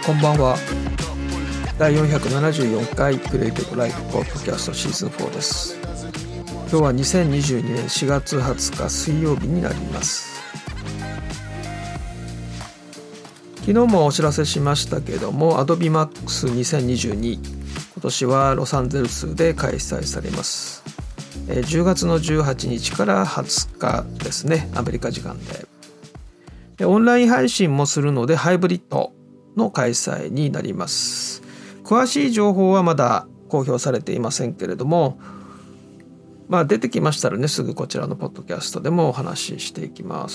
こんばんは。第474回クリエイティブライフポッドキャストシーズン4です。今日は2022年4月20日水曜日になります。昨日もお知らせしましたけども Adobe Max2022 今年はロサンゼルスで開催されます。10月の18日から20日ですね、アメリカ時間で。オンライン配信もするのでハイブリッドの開催になります。詳しい情報はまだ公表されていませんけれども、出てきましたらね、すぐこちらのポッドキャストでもお話ししていきます。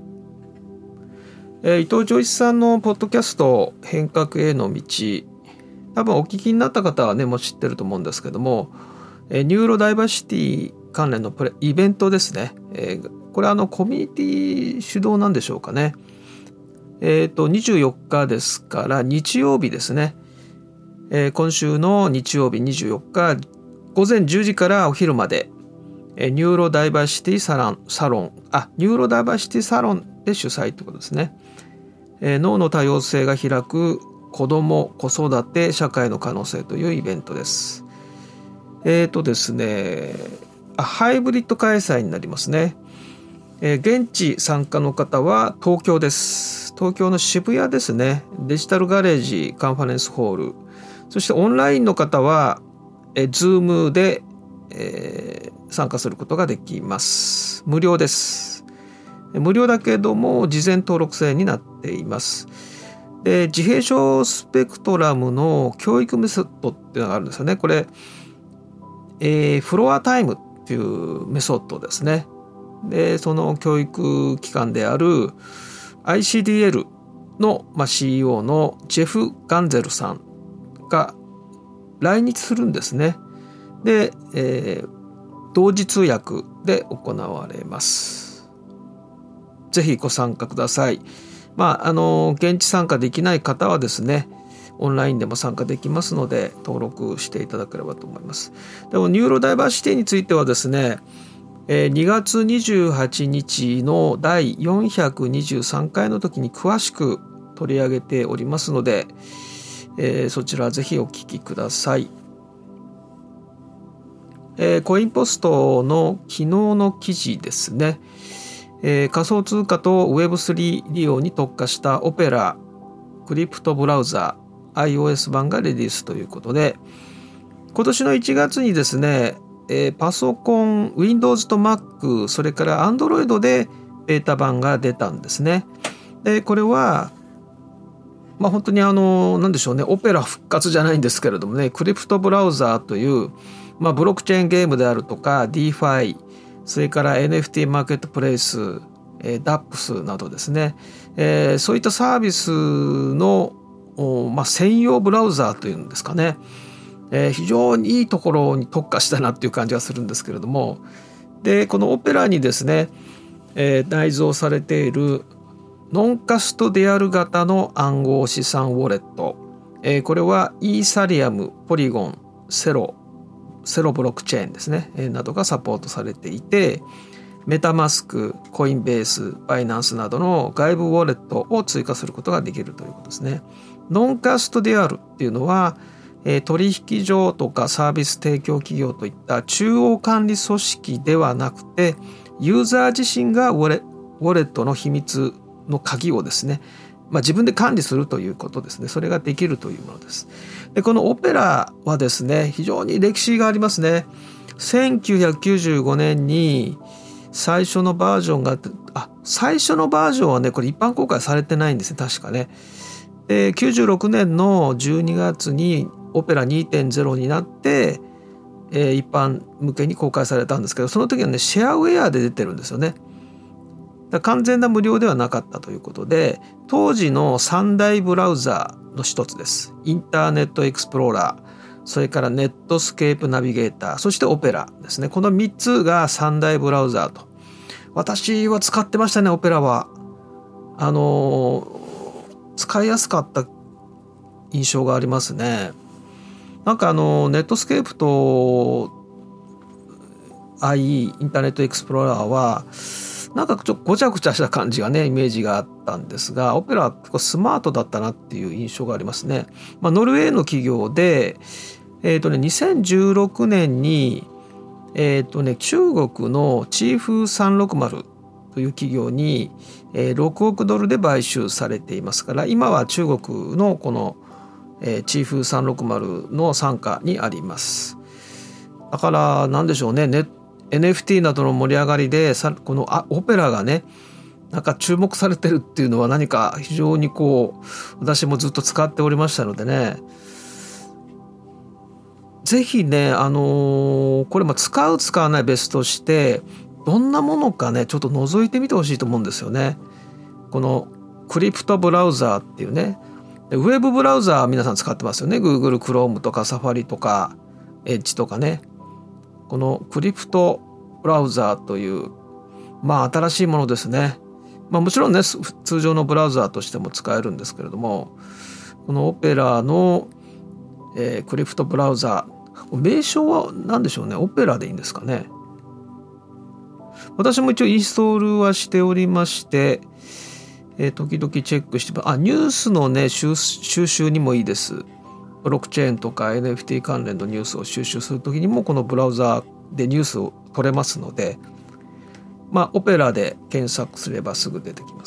伊藤浄一さんのポッドキャスト変革への道、多分お聞きになった方はねもう知ってると思うんですけども、ニューロダイバーシティ関連のイベントですね。これコミュニティ主導なんでしょうかね。24日ですから日曜日ですね。今週の日曜日24日午前10時からお昼までニューロダイバーシティサロンニューロダイバーシティサロンで主催ということですね。脳の多様性が開く子ども子育て社会の可能性というイベントです。ですね、ハイブリッド開催になりますね。現地参加の方は東京です。東京の渋谷ですね。デジタルガレージカンファレンスホール。そしてオンラインの方はZoom で、参加することができます。無料です。無料だけども事前登録制になっています。で、自閉症スペクトラムの教育メソッドっていうのがあるんですよね。これ、フロアタイムっていうメソッドですね。で、その教育機関である ICDL の、CEO のジェフ・ガンゼルさんが来日するんですね。で、同時通訳で行われます。ぜひご参加ください。現地参加できない方はですね、オンラインでも参加できますので登録していただければと思います。でもニューロダイバーシティについてはですね、2月28日の第423回の時に詳しく取り上げておりますので、そちらぜひお聞きください。コインポストの昨日の記事ですね。仮想通貨と Web3 利用に特化したオペラクリプトブラウザ iOS 版がリリースということで、今年の1月にですね、パソコン Windows と Mac それから Android でベータ版が出たんですね。でこれは本当に何でしょうね、オペラ復活じゃないんですけれどもね、クリプトブラウザーという、ブロックチェーンゲームであるとか DeFi それから NFT マーケットプレイス、DApps などですね、そういったサービスの、専用ブラウザーというんですかね、非常にいいところに特化したなっていう感じがするんですけれども、でこのオペラにですね、内蔵されているノンカストディアル型の暗号資産ウォレット、これはイーサリアム、ポリゴン、セロブロックチェーンですね、などがサポートされていて、メタマスク、コインベース、バイナンスなどの外部ウォレットを追加することができるということですね。ノンカストディアルっていうのは取引所とかサービス提供企業といった中央管理組織ではなくて、ユーザー自身がウォレットの秘密の鍵をですね、自分で管理するということですね。それができるというものです。でこのオペラはですね、非常に歴史がありますね。1995年に最初のバージョンが最初のバージョンはね、これ一般公開されてないんですね、確かね。で96年の12月にオペラ 2.0 になって、一般向けに公開されたんですけど、その時はねシェアウェアで出てるんですよね。だから完全な無料ではなかったということで、当時の3大ブラウザの一つです。インターネットエクスプローラー、それからネットスケープナビゲーター、そしてオペラですね。この3つが3大ブラウザーと。私は使ってましたね、オペラは。使いやすかった印象がありますね。ネットスケープと IE インターネットエクスプローラーはなんかちょっとごちゃごちゃした感じがねイメージがあったんですが、オペラは結構スマートだったなっていう印象がありますね。ノルウェーの企業で2016年に中国のチーフ360という企業に6億ドルで買収されていますから、今は中国のこのチーフ360の傘下にあります。だから何でしょうね、NFT などの盛り上がりでこのオペラがねなんか注目されてるっていうのは何か非常に私もずっと使っておりましたのでね、ぜひねこれ使う使わない別としてどんなものかねちょっと覗いてみてほしいと思うんですよね。このクリプトブラウザーっていうね、ウェブブラウザー皆さん使ってますよね。 Google Chrome とか Safari とか Edge とかね。このクリプトブラウザーという新しいものですね。もちろんね通常のブラウザーとしても使えるんですけれども、このオペラの、クリプトブラウザー、名称は何でしょうね。オペラでいいんですかね。私も一応インストールはしておりまして、時々チェックしてニュースのね収集にもいいです。ブロックチェーンとか NFT 関連のニュースを収集するときにもこのブラウザーでニュースを取れますので、オペラで検索すればすぐ出てきます。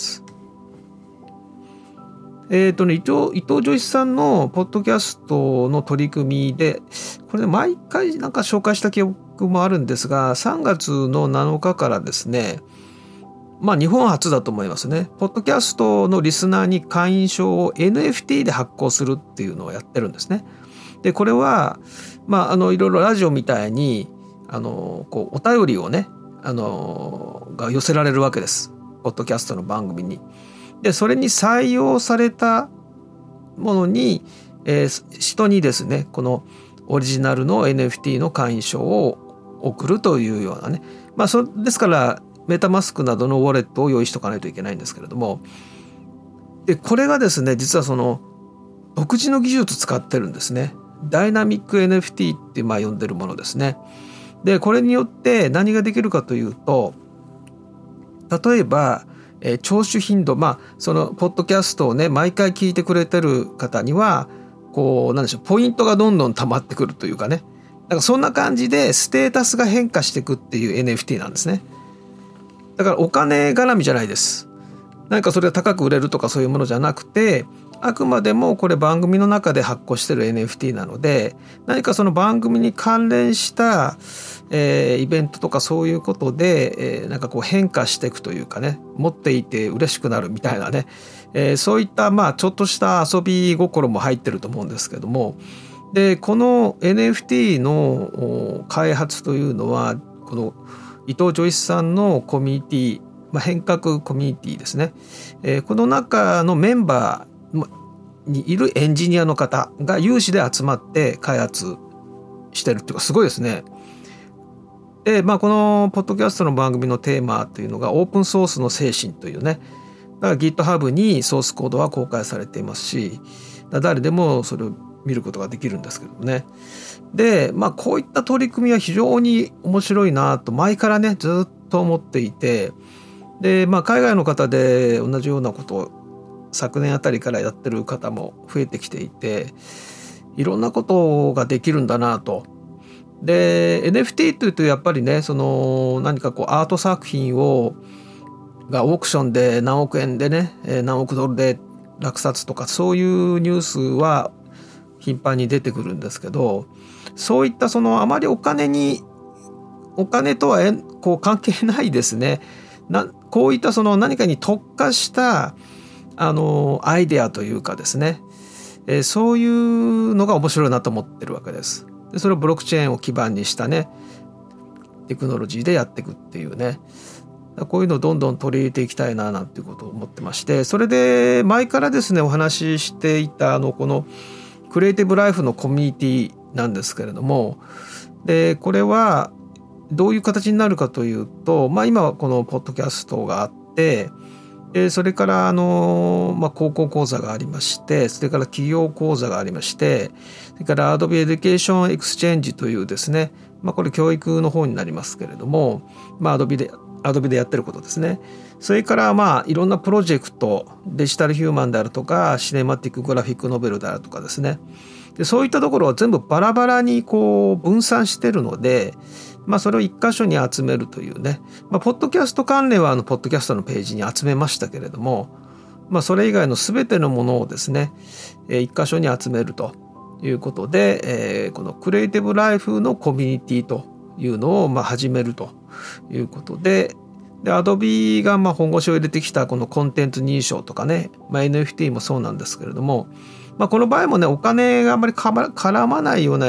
伊藤浄一さんのポッドキャストの取り組みで、これね毎回なんか紹介した記憶もあるんですが、3月の7日からですね、日本初だと思いますね。ポッドキャストのリスナーに会員証を NFT で発行するっていうのをやってるんですね。でこれはいろいろラジオみたいにお便りをねが寄せられるわけです。ポッドキャストの番組に。でそれに採用されたものに、人にですねこのオリジナルの NFT の会員証を送るというようなね、ですからメタマスクなどのウォレットを用意しとかないといけないんですけれども、でこれがですね実はその独自の技術使ってるんですね。ダイナミック NFT って呼んでるものですね。でこれによって何ができるかというと、例えば、聴取頻度、そのポッドキャストをね毎回聞いてくれてる方には何でしょう、ポイントがどんどん溜まってくるというかね、そんな感じでステータスが変化していくっていう NFT なんですね。だからお金絡みじゃないです。何かそれが高く売れるとかそういうものじゃなくて、あくまでもこれ番組の中で発行してる NFT なので、何かその番組に関連した、イベントとかそういうことで、なんか変化していくというかね、持っていて嬉しくなるみたいなね、そういったちょっとした遊び心も入ってると思うんですけども、でこの NFT の開発というのはこの伊藤浄一さんのコミュニティ、変革コミュニティですね、この中のメンバーにいるエンジニアの方が有志で集まって開発してるっていうかすごいですね。でこのポッドキャストの番組のテーマというのがオープンソースの精神というね、だから GitHub にソースコードは公開されていますし、誰でもそれを見ることができるんですけどもね。でこういった取り組みは非常に面白いなと前からねずっと思っていて、で海外の方で同じようなことを昨年あたりからやってる方も増えてきていて、いろんなことができるんだなと。で NFT というとやっぱりねその何かアート作品がオークションで何億円でね何億ドルで落札とかそういうニュースは頻繁に出てくるんですけど、そういったそのあまりお金とは関係ないですね、こういったその何かに特化したアイデアというかですね、そういうのが面白いなと思ってるわけです。でそれをブロックチェーンを基盤にしたねテクノロジーでやっていくっていうね、こういうのをどんどん取り入れていきたいななんていうことを思ってまして、それで前からですねお話ししていたこのクリエイティブライフのコミュニティなんですけれども、でこれはどういう形になるかというと、今はこのポッドキャストがあって、それから高校講座がありまして、それから企業講座がありまして、それからAdobe Education Exchangeというですね、これ教育の方になりますけれども、Adobe Adobe でやってることですね。それからいろんなプロジェクト、デジタルヒューマンであるとかシネマティックグラフィックノベルであるとかですね。でそういったところを全部バラバラにこう分散してるので、それを一箇所に集めるというね、ポッドキャスト関連はポッドキャストのページに集めましたけれども、それ以外の全てのものをですね、一箇所に集めるということで、このクリエイティブライフのコミュニティというのを始めるということで、Adobe が本腰を入れてきたこのコンテンツ認証とかね、NFT もそうなんですけれども、この場合もね、お金があんまり絡まないような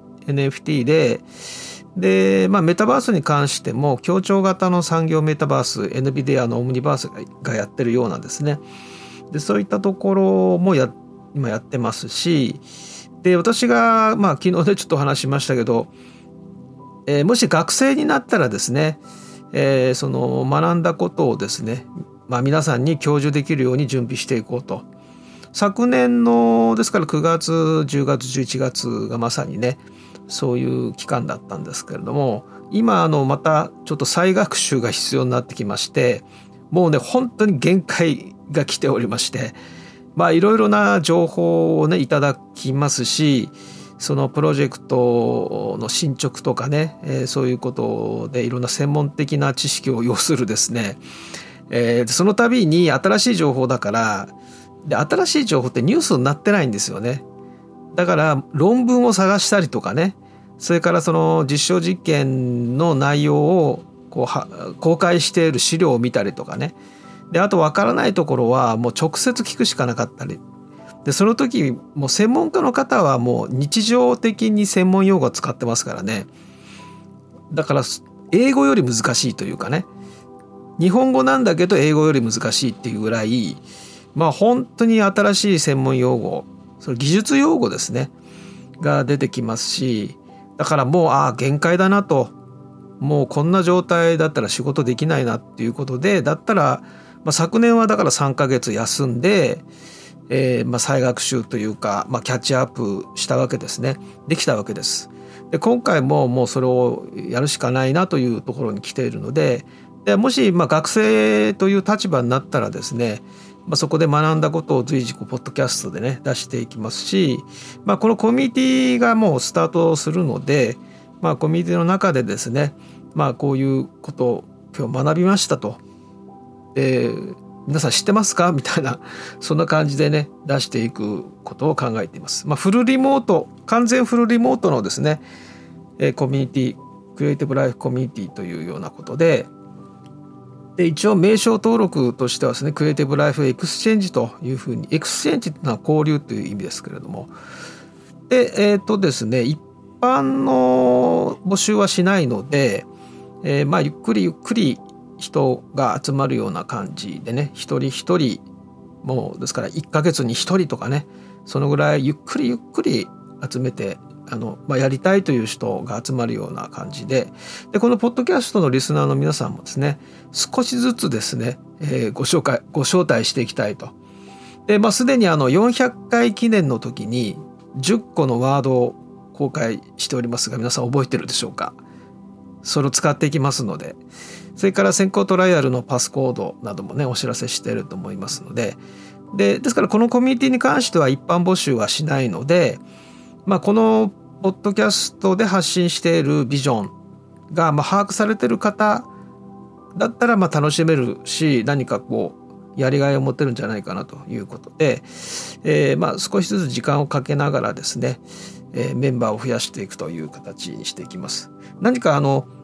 NFT で、メタバースに関しても協調型の産業メタバース、 NVIDIA のオムニバースがやってるようなんですね。でそういったところも今やってますし、で私が昨日でちょっと話しましたけど、もし学生になったらですね、その学んだことをですね、皆さんに享受できるように準備していこうと。昨年のですから9月10月11月がまさにねそういう期間だったんですけれども、今またちょっと再学習が必要になってきまして、もうね本当に限界が来ておりまして、いろいろな情報をねいただきますし、そのプロジェクトの進捗とかね、そういうことでいろんな専門的な知識を要するですね、その度に新しい情報だから、で新しい情報ってニュースになってないんですよね。だから論文を探したりとかね、それからその実証実験の内容を公開している資料を見たりとかね、であと分からないところはもう直接聞くしかなかったりで、その時もう専門家の方はもう日常的に専門用語を使ってますからね。だから英語より難しいというかね、日本語なんだけど英語より難しいっていうぐらい、本当に新しい専門用語、その技術用語ですねが出てきますし、だからもう限界だなと、もうこんな状態だったら仕事できないなっていうことで、だったら、昨年はだから3ヶ月休んで、再学習というか、キャッチアップしたわけですね。できたわけです。で今回ももうそれをやるしかないなというところに来ているので、もし学生という立場になったらですね、そこで学んだことを随時ポッドキャストでね出していきますし、このコミュニティがもうスタートするので、コミュニティの中でですね、こういうことを今日学びましたと、皆さん知ってますかみたいな、そんな感じでね出していくことを考えています。フルリモート、完全フルリモートのですねコミュニティ、クリエイティブライフコミュニティというようなことで、一応名称登録としてはですね、クリエイティブライフエクスチェンジというふうに、エクスチェンジというのは交流という意味ですけれども、でですね、一般の募集はしないので、ゆっくりゆっくり人が集まるような感じでね、一人一人、もうですから1ヶ月に1人とかね、そのぐらいゆっくりゆっくり集めてやりたいという人が集まるような感じで、このポッドキャストのリスナーの皆さんもですね、少しずつですね、ご招待していきたいと。で、すでに400回記念の時に10個のワードを公開しておりますが、皆さん覚えてるでしょうか。それを使っていきますので、それから先行トライアルのパスコードなどもねお知らせしていると思いますので、ですからこのコミュニティに関しては一般募集はしないので、このポッドキャストで発信しているビジョンが把握されている方だったら楽しめるし、何かやりがいを持てるんじゃないかなということで、少しずつ時間をかけながらですね、メンバーを増やしていくという形にしていきます。何か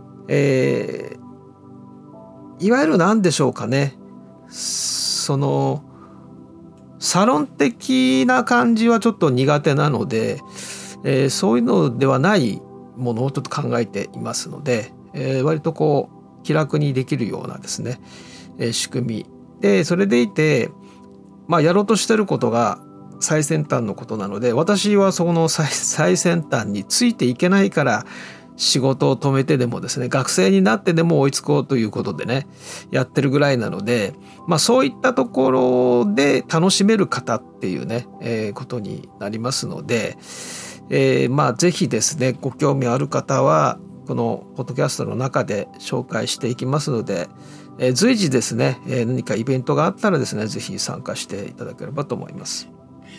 いわゆる何でしょうかね、そのサロン的な感じはちょっと苦手なので、そういうのではないものをちょっと考えていますので、割と気楽にできるようなですね、仕組みで、それでいて、やろうとしてることが最先端のことなので、私はその最先端についていけないから仕事を止めてでもですね、学生になってでも追いつこうということでねやってるぐらいなので、そういったところで楽しめる方っていうね、ことになりますので、ぜひですねご興味ある方はこのポッドキャストの中で紹介していきますので、随時ですね、何かイベントがあったらですね、ぜひ参加していただければと思います。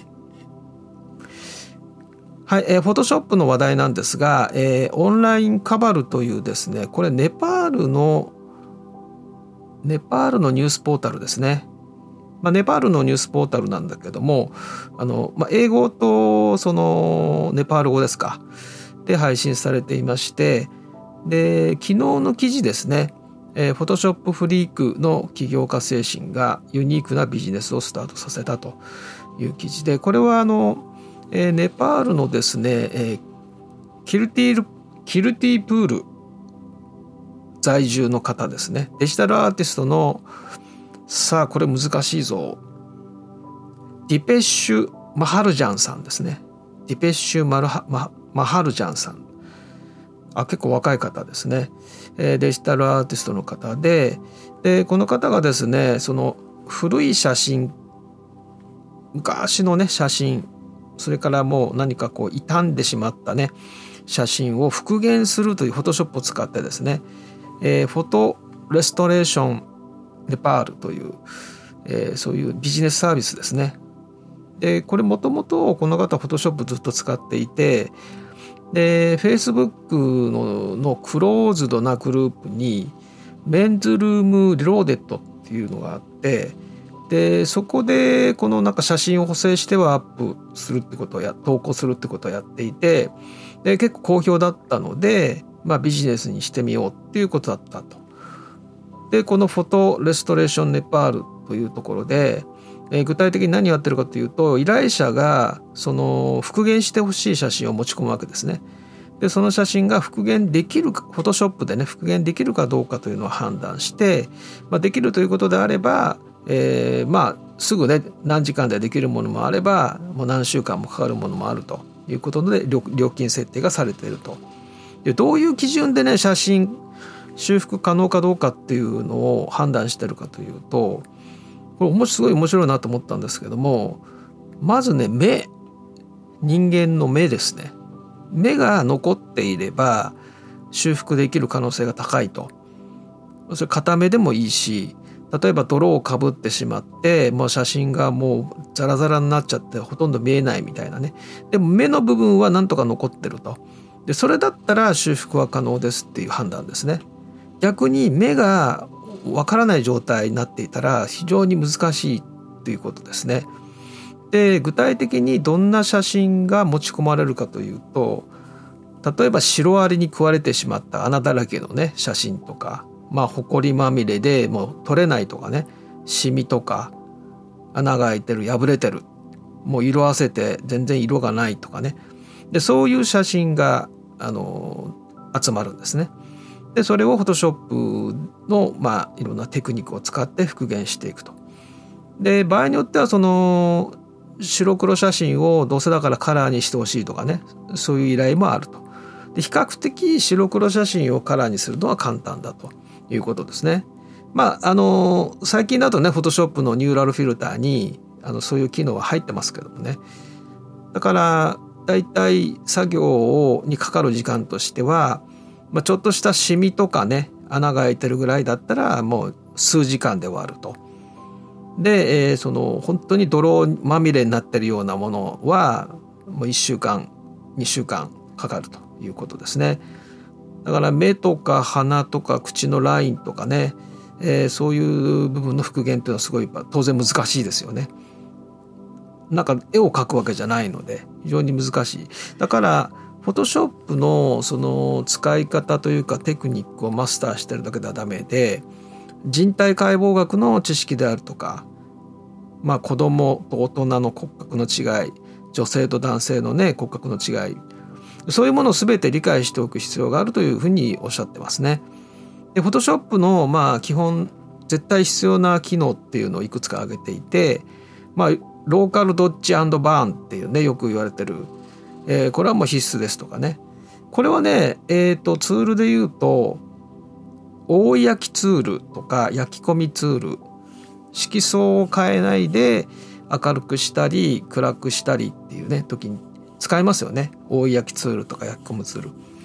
はい、フォトショップの話題なんですが、オンラインカバルというですね、これネパールのニュースポータルですね。ネパールのニュースポータルなんだけども、英語とそのネパール語ですかで配信されていまして、で昨日の記事ですね、フォトショップフリークの起業家精神がユニークなビジネスをスタートさせたという記事で、これはネパールのですね、キルティプール在住の方ですね。デジタルアーティストの、さあこれ難しいぞ、ディペッシュ・マハルジャンさんですね。ディペッシュ・マハルジャンさん、結構若い方ですね。デジタルアーティストの方で、この方がですね、その古い写真、昔のね写真、それからもう何かこう傷んでしまったね写真を復元するというフォトショップを使ってですね、フォトレストレーションネパールという、そういうビジネスサービスですね。でこれもともとこの方フォトショップずっと使っていて、で Facebook のクローズドなグループにメンズルームリローデッドっていうのがあって、でそこでこのなんか写真を補正してはアップするってことを投稿するってことをやっていて、で結構好評だったので、ビジネスにしてみようっていうことだったと。でこのフォトレストレーションネパールというところで、具体的に何をやってるかというと、依頼者がその復元してほしい写真を持ち込むわけですね。でその写真が復元できるか、フォトショップでね復元できるかどうかというのを判断して、できるということであれば、すぐね何時間でできるものもあれば、もう何週間もかかるものもあるということで料金設定がされていると。でどういう基準でね写真修復可能かどうかっていうのを判断してるかというと、これすごい面白いなと思ったんですけども、まずね人間の目ですね。目が残っていれば修復できる可能性が高いと。それ片目でもいいし、例えば泥をかぶってしまってもう写真がもうザラザラになっちゃってほとんど見えないみたいなね。でも目の部分はなんとか残ってると。でそれだったら修復は可能ですっていう判断ですね。逆に目がわからない状態になっていたら非常に難しいということですね。で具体的にどんな写真が持ち込まれるかというと、例えばシロアリに食われてしまった穴だらけのね写真とか、ほこりまみれでもう撮れないとかね、シミとか穴が開いてる、破れてる、もう色あせて全然色がないとかね。でそういう写真が集まるんですね。でそれをフォトショップのいろんなテクニックを使って復元していくと。で場合によってはその白黒写真をどうせだからカラーにしてほしいとかね、そういう依頼もあると。で比較的白黒写真をカラーにするのは簡単だということですね。最近だとねフォトショップのニューラルフィルターにそういう機能は入ってますけどもね。だからだいたい作業にかかる時間としては、ちょっとしたシミとかね穴が開いてるぐらいだったらもう数時間で終わると。で、その本当に泥まみれになってるようなものはもう1週間2週間かかるということですね。だから目とか鼻とか口のラインとかね、そういう部分の復元っていうのはすごい当然難しいですよね。なんか絵を描くわけじゃないので非常に難しい。だからフォトショップのその使い方というかテクニックをマスターしてるだけではダメで、人体解剖学の知識であるとか、子供と大人の骨格の違い、女性と男性のね骨格の違い、そういうものを全て理解しておく必要があるというふうにおっしゃってますね。でフォトショップの基本絶対必要な機能っていうのをいくつか挙げていて、ローカルドッジ&バーンっていうねよく言われてる、これはもう必須ですとかね。これはねツールで言うと覆い焼きツールとか焼き込みツール、色相を変えないで明るくしたり暗くしたりっていうね時に使いますよね。覆い焼きツールとか焼き込むツール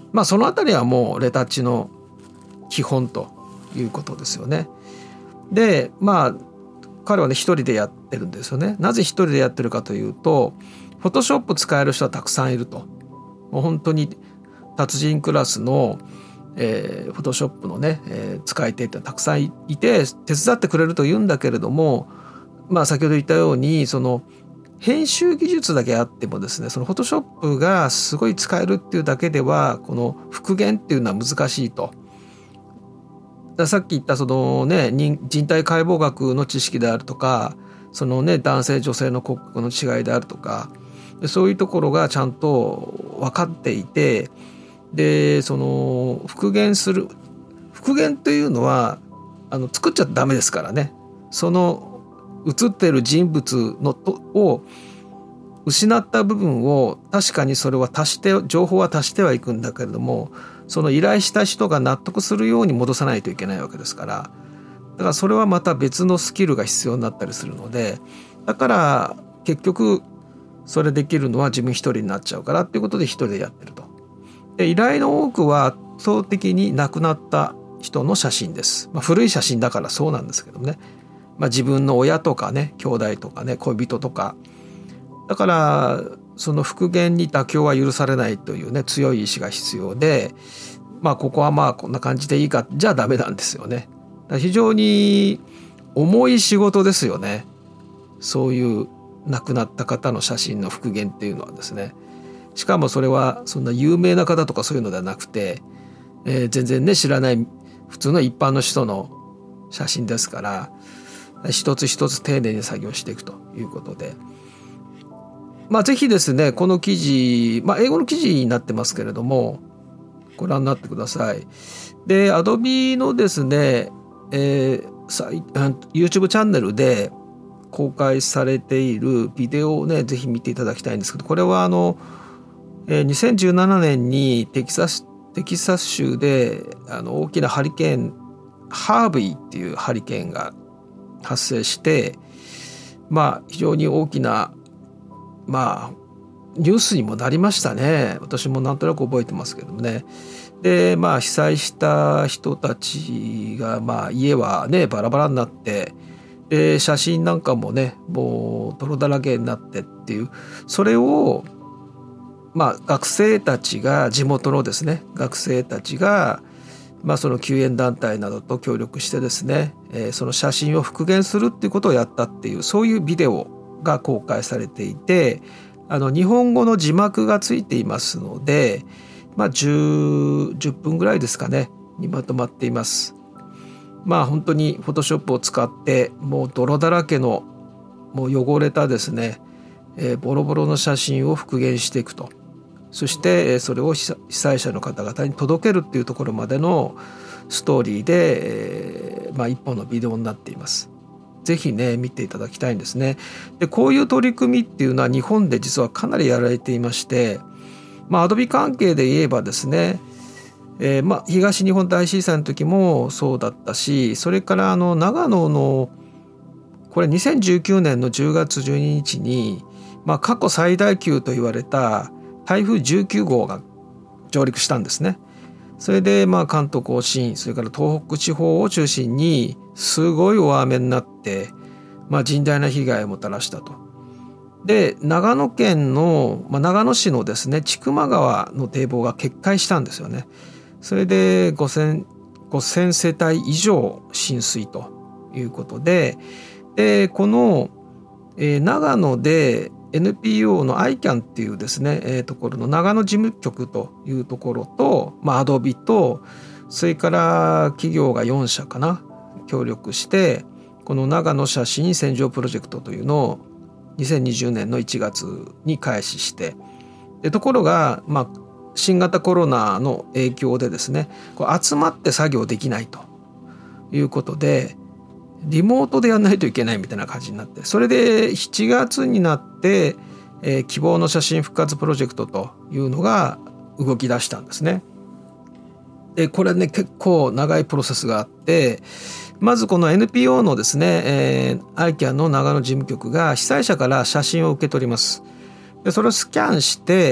そのあたりはもうレタッチの基本ということですよね。で彼はね一人でやってるんですよね。なぜ一人でやってるかというと、フォトショップ使える人はたくさんいると。もう本当に達人クラスのフォトショップのね、使い手ってたくさんいて手伝ってくれると言うんだけれども、先ほど言ったようにその編集技術だけあってもですね、そのフォトショップがすごい使えるっていうだけではこの復元っていうのは難しいと。さっき言ったそのね人体解剖学の知識であるとか、そのね男性女性の骨格の違いであるとか、そういうところがちゃんと分かっていて、でその復元というのは作っちゃダメですからね。その写っている人物を失った部分を確かにそれは情報は足してはいくんだけれども、その依頼した人が納得するように戻さないといけないわけですから、だからそれはまた別のスキルが必要になったりするので、だから結局それできるのは自分一人になっちゃうからっていうことで一人でやってると。で依頼の多くは圧倒的に亡くなった人の写真です。古い写真だからそうなんですけどもね、自分の親とかね兄弟とかね恋人とか、だからその復元に妥協は許されないというね強い意志が必要で、ここはこんな感じでいいかじゃダメなんですよね。非常に重い仕事ですよね。そういう亡くなった方の写真の復元っていうのはですね。しかもそれはそんな有名な方とかそういうのではなくて、全然ね知らない普通の一般の人の写真ですから、一つ一つ丁寧に作業していくということで、ぜひですねこの記事、英語の記事になってますけれどもご覧になってください。で Adobe のですね、YouTube チャンネルで公開されているビデオをねぜひ見ていただきたいんですけど、これは2017年にテキサス州で大きなハリケーンハービーっていうハリケーンが発生して、非常に大きなニュースにもなりましたね。私もなんとなく覚えてますけどもね。で被災した人たちが家はねバラバラになって、で写真なんかもねもう泥だらけになってっていう、それを学生たちが地元のですね学生たちがその救援団体などと協力してですね、その写真を復元するっていうことをやったっていう、そういうビデオが公開されていて、日本語の字幕がついていますので、10分ぐらいですかねにまとまっています。本当にフォトショップを使ってもう泥だらけのもう汚れたですね、ボロボロの写真を復元していくと。そしてそれを被災者の方々に届けるっていうところまでのストーリーで、一本のビデオになっています。ぜひね見ていただきたいんですね。でこういう取り組みっていうのは日本で実はかなりやられていまして、Adobe 関係で言えばですね、東日本大震災の時もそうだったし、それから長野のこれ2019年の10月12日に、過去最大級と言われた台風19号が上陸したんですね。それで関東甲信、それから東北地方を中心にすごい大雨になって、甚大な被害をもたらしたと。で長野県の、長野市のですね千曲川の堤防が決壊したんですよね。それで5000世帯以上浸水ということで、この、長野でNPO の ICAN っていうですね、ところの長野事務局というところと、Adobe とそれから企業が4社かな協力して、この長野写真洗浄プロジェクトというのを2020年の1月に開始して、でところが、新型コロナの影響でですね集まって作業できないということでリモートでやんないといけないみたいな感じになって、それで7月になって、希望の写真復活プロジェクトというのが動き出したんですね。でこれね結構長いプロセスがあって、まずこの NPO のですね、ICAN の長野事務局が被災者から写真を受け取ります。でそれをスキャンして、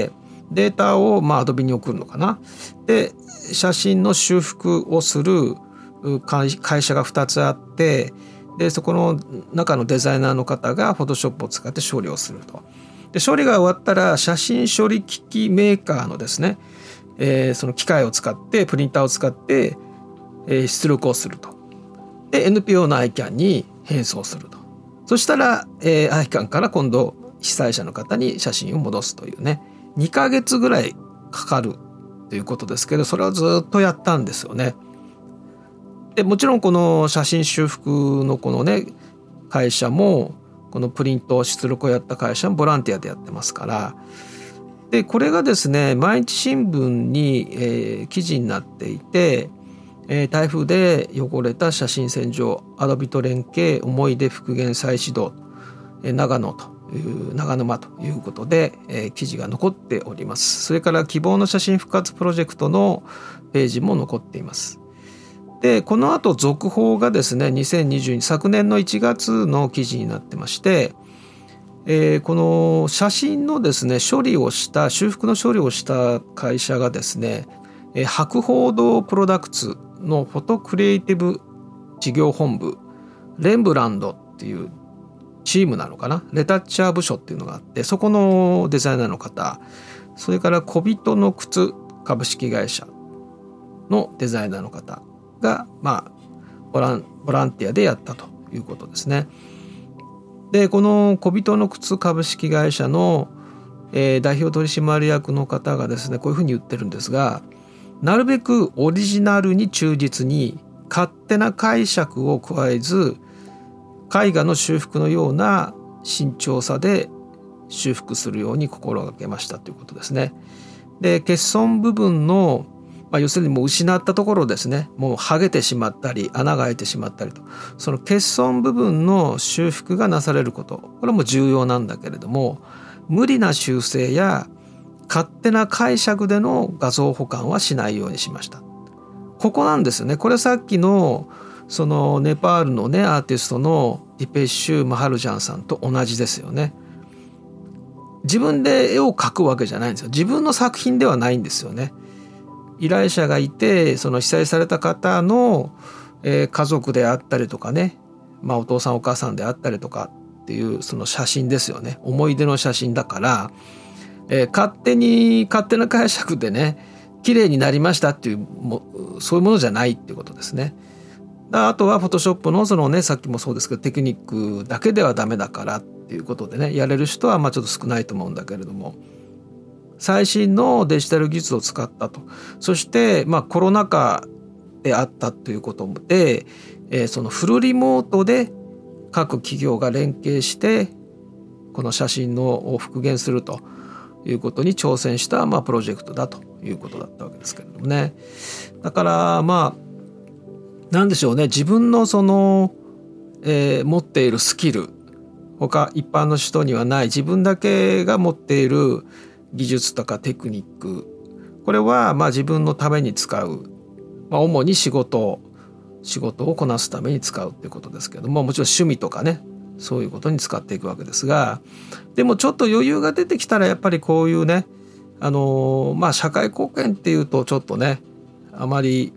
データをAdobeに送るのかな。で写真の修復をする会社が2つあって、でそこの中のデザイナーの方が Photoshop を使って処理をすると。で処理が終わったら写真処理機器メーカーのですね、その機械を使ってプリンターを使って、出力をすると。で NPO の ICANN に返送すると。そしたら、ICANN から今度被災者の方に写真を戻すというね、2ヶ月ぐらいかかるということですけど、それをずっとやったんですよね。でもちろんこの写真修復のこのね会社も、このプリント出力をやった会社もボランティアでやってますから。でこれがですね毎日新聞に、記事になっていて、台風で汚れた写真洗浄、Adobeと連携、思い出復元再始動、長沼ということで、記事が残っております。それから希望の写真復活プロジェクトのページも残っています。でこの後続報がですね2022昨年の1月の記事になってまして、この写真のですね修復の処理をした会社がですね、博報堂プロダクツのフォトクリエイティブ事業本部レンブランドっていうチームなのかな、レタッチャー部署っていうのがあって、そこのデザイナーの方、それから小人の靴株式会社のデザイナーの方がボランティアでやったということですね。でこの小人の靴株式会社の、代表取締役の方がですねこういうふうに言ってるんですが、なるべくオリジナルに忠実に勝手な解釈を加えず、絵画の修復のような慎重さで修復するように心がけましたということですね。で欠損部分の、要するにもう失ったところですね、もう剥げてしまったり穴が開いてしまったりと、その欠損部分の修復がなされること、これも重要なんだけれども、無理な修正や勝手な解釈での画像保管はしないようにしました。ここなんですよね。これさっきのそのネパールのねアーティストのディペッシュ・マハルジャンさんと同じですよね。自分で絵を描くわけじゃないんですよ。自分の作品ではないんですよね。依頼者がいて、その被災された方の、家族であったりとかね、お父さんお母さんであったりとかっていうその写真ですよね。思い出の写真だから、勝手な解釈でね綺麗になりましたっていうそういうものじゃないっていうことですね。あとはフォトショップのそのねさっきもそうですけどテクニックだけではダメだからっていうことでねやれる人はちょっと少ないと思うんだけれども、最新のデジタル技術を使ったと。そしてコロナ禍であったということで、そのフルリモートで各企業が連携してこの写真を復元するということに挑戦したプロジェクトだということだったわけですけれどもね。だからなんでしょうね、自分のその、持っているスキル、他一般の人にはない自分だけが持っている技術とかテクニック、これは自分のために使う、主に仕事をこなすために使うっていうことですけども、もちろん趣味とかねそういうことに使っていくわけですが、でもちょっと余裕が出てきたらやっぱりこういうね社会貢献っていうとちょっとねあまり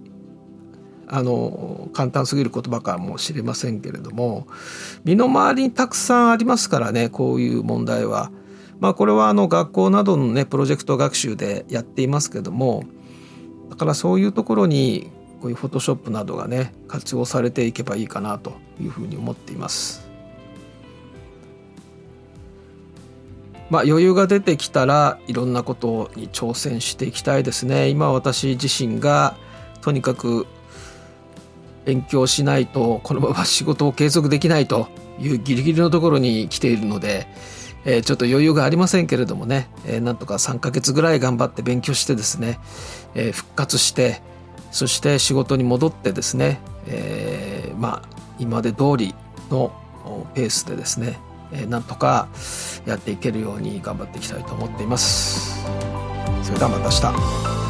簡単すぎる言葉かもしれませんけれども、身の回りにたくさんありますからね、こういう問題は。これは学校などのねプロジェクト学習でやっていますけども、だからそういうところにこういうフォトショップなどがね活用されていけばいいかなというふうに思っています。余裕が出てきたらいろんなことに挑戦していきたいですね。今私自身がとにかく勉強しないとこのまま仕事を継続できないというギリギリのところに来ているので、ちょっと余裕がありませんけれどもね、なんとか3ヶ月ぐらい頑張って勉強してですね、復活して、そして仕事に戻ってですね、今まで通りのペースでですね、なんとかやっていけるように頑張っていきたいと思っています。それではまた明日。